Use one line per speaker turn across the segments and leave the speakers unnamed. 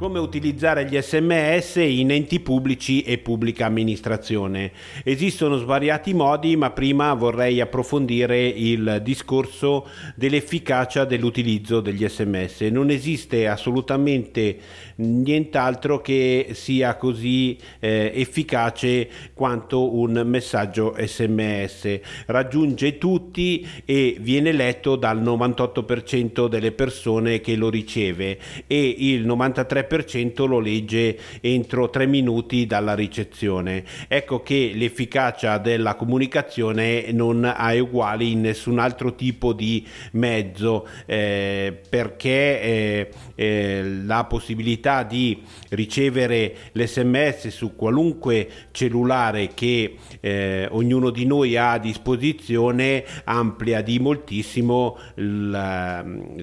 Come utilizzare gli SMS in enti pubblici e pubblica amministrazione. Esistono svariati modi, ma prima vorrei approfondire il discorso dell'efficacia dell'utilizzo degli SMS. Non esiste assolutamente nient'altro che sia così efficace quanto un messaggio SMS. Raggiunge tutti e viene letto dal 98% delle persone che lo riceve e il 93% lo legge entro 3 minuti dalla ricezione. Ecco che l'efficacia della comunicazione non ha uguali in nessun altro tipo di mezzo, perché la possibilità di ricevere l'SMS su qualunque cellulare che ognuno di noi ha a disposizione amplia di moltissimo la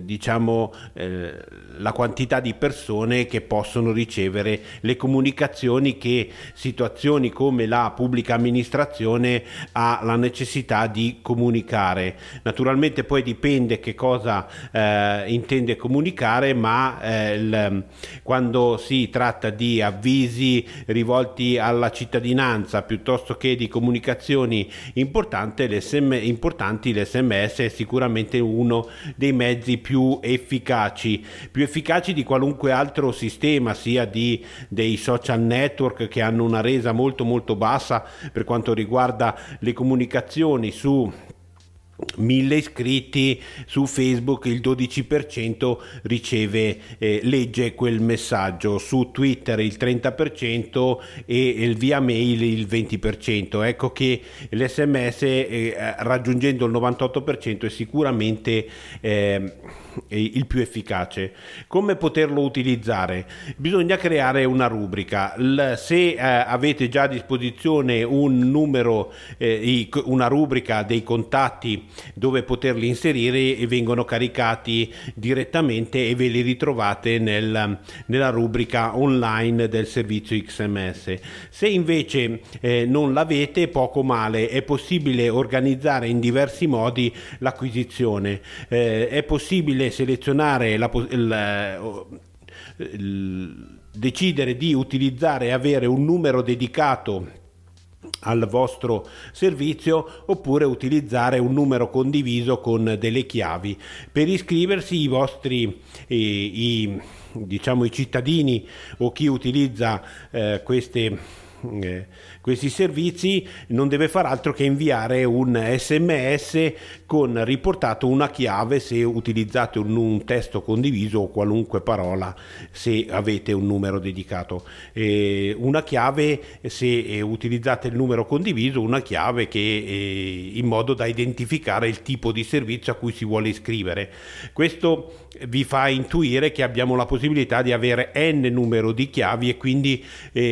quantità di persone che possono ricevere le comunicazioni che situazioni come la pubblica amministrazione ha la necessità di comunicare. Naturalmente poi dipende che cosa intende comunicare, ma quando si tratta di avvisi rivolti alla cittadinanza piuttosto che di comunicazioni importanti, l'SMS è sicuramente uno dei mezzi più efficaci di qualunque altro sistema, sia dei social network che hanno una resa molto bassa per quanto riguarda le comunicazioni. Su 1000 iscritti su Facebook il 12% legge quel messaggio, su Twitter il 30% e il via mail il 20%. Ecco che l'SMS raggiungendo il 98% è sicuramente il più efficace. Come poterlo utilizzare? Bisogna creare una rubrica. Se avete già a disposizione un numero, una rubrica dei contatti dove poterli inserire, e vengono caricati direttamente e ve li ritrovate nella rubrica online del servizio XMS. Se invece non l'avete, poco male, è possibile organizzare in diversi modi l'acquisizione. È possibile selezionare decidere di utilizzare e avere un numero dedicato al vostro servizio, oppure utilizzare un numero condiviso con delle chiavi. Per iscriversi i vostri i cittadini o chi utilizza questi servizi non deve far altro che inviare un SMS con riportato una chiave se utilizzate un testo condiviso o qualunque parola se avete un numero dedicato, una chiave se utilizzate il numero condiviso, una chiave che in modo da identificare il tipo di servizio a cui si vuole iscrivere. Questo vi fa intuire che abbiamo la possibilità di avere n numero di chiavi e quindi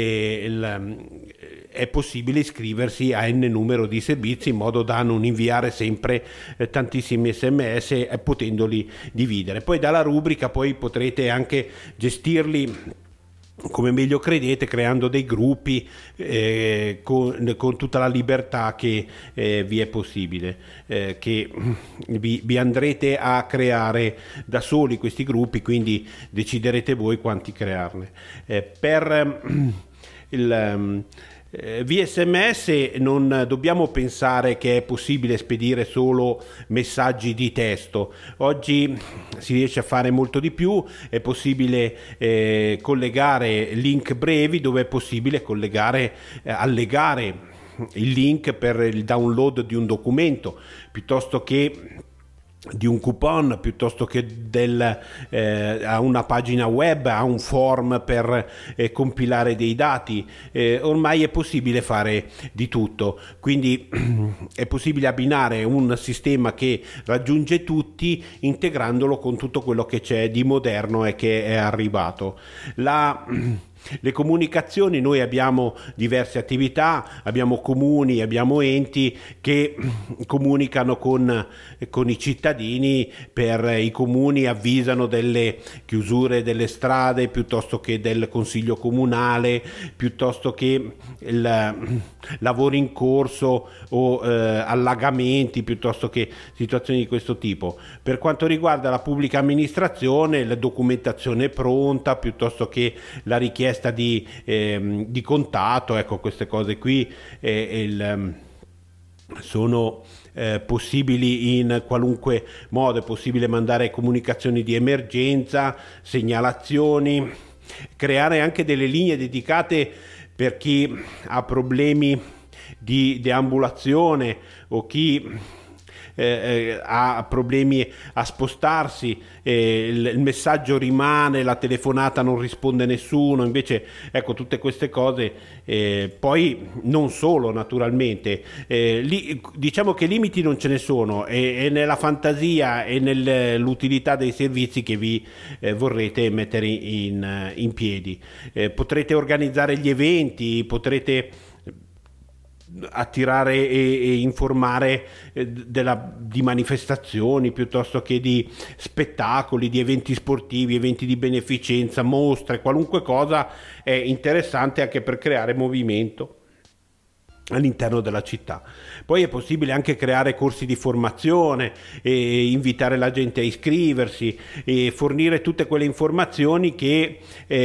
è possibile iscriversi a n numero di servizi in modo da non inviare sempre tantissimi SMS, potendoli dividere. Poi dalla rubrica poi potrete anche gestirli come meglio credete, creando dei gruppi con tutta la libertà che vi è possibile, che vi andrete a creare da soli questi gruppi, quindi deciderete voi quanti crearne. Per via SMS non dobbiamo pensare che è possibile spedire solo messaggi di testo. Oggi si riesce a fare molto di più, è possibile collegare link brevi, dove è possibile allegare il link per il download di un documento, piuttosto che di un coupon, piuttosto che a una pagina web, a un form per compilare dei dati. Ormai è possibile fare di tutto, quindi è possibile abbinare un sistema che raggiunge tutti, integrandolo con tutto quello che c'è di moderno e che è arrivato. Le comunicazioni, noi abbiamo diverse attività, abbiamo comuni, abbiamo enti che comunicano con i cittadini. Per i comuni avvisano delle chiusure delle strade, piuttosto che del consiglio comunale, piuttosto che lavori in corso o allagamenti, piuttosto che situazioni di questo tipo. Per quanto riguarda la pubblica amministrazione, la documentazione pronta, piuttosto che la richiesta di contatto, ecco, queste cose qui sono possibili in qualunque modo. È possibile mandare comunicazioni di emergenza, segnalazioni, creare anche delle linee dedicate per chi ha problemi di deambulazione o chi ha problemi a spostarsi, il messaggio rimane, la telefonata non risponde nessuno. Invece, ecco, tutte queste cose, poi non solo, naturalmente, diciamo che limiti non ce ne sono, è nella fantasia e nell'utilità dei servizi che vi vorrete mettere in piedi. Potrete organizzare gli eventi, potrete attirare e informare di manifestazioni, piuttosto che di spettacoli, di eventi sportivi, eventi di beneficenza, mostre, qualunque cosa è interessante anche per creare movimento all'interno della città. Poi è possibile anche creare corsi di formazione e invitare la gente a iscriversi e fornire tutte quelle informazioni che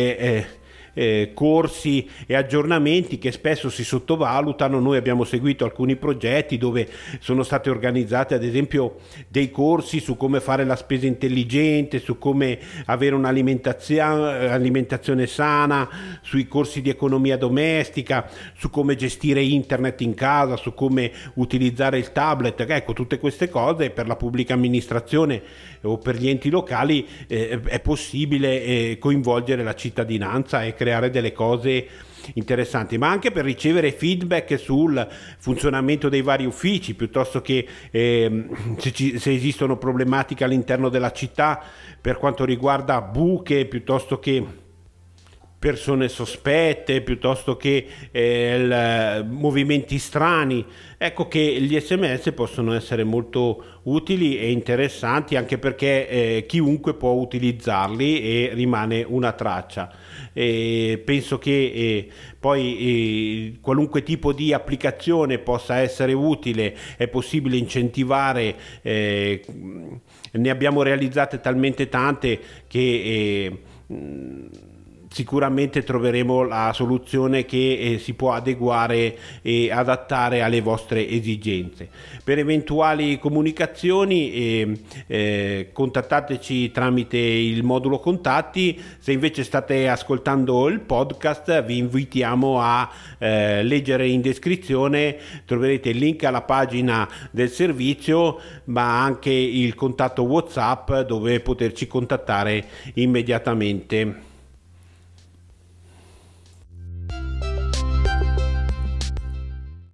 corsi e aggiornamenti che spesso si sottovalutano. Noi abbiamo seguito alcuni progetti dove sono state organizzate, ad esempio, dei corsi su come fare la spesa intelligente, su come avere un'alimentazione sana, sui corsi di economia domestica, su come gestire internet in casa, su come utilizzare il tablet. Ecco, tutte queste cose per la pubblica amministrazione o per gli enti locali è possibile coinvolgere la cittadinanza e creare delle cose interessanti, ma anche per ricevere feedback sul funzionamento dei vari uffici, piuttosto che se esistono problematiche all'interno della città per quanto riguarda buche, piuttosto che persone sospette, piuttosto che movimenti strani. Ecco che gli SMS possono essere molto utili e interessanti, anche perché chiunque può utilizzarli e rimane una traccia. Penso che poi qualunque tipo di applicazione possa essere utile. È possibile incentivare, ne abbiamo realizzate talmente tante che sicuramente troveremo la soluzione che si può adeguare e adattare alle vostre esigenze. Per eventuali comunicazioni contattateci tramite il modulo contatti. Se invece state ascoltando il podcast, vi invitiamo a leggere in descrizione, troverete il link alla pagina del servizio, ma anche il contatto WhatsApp dove poterci contattare immediatamente.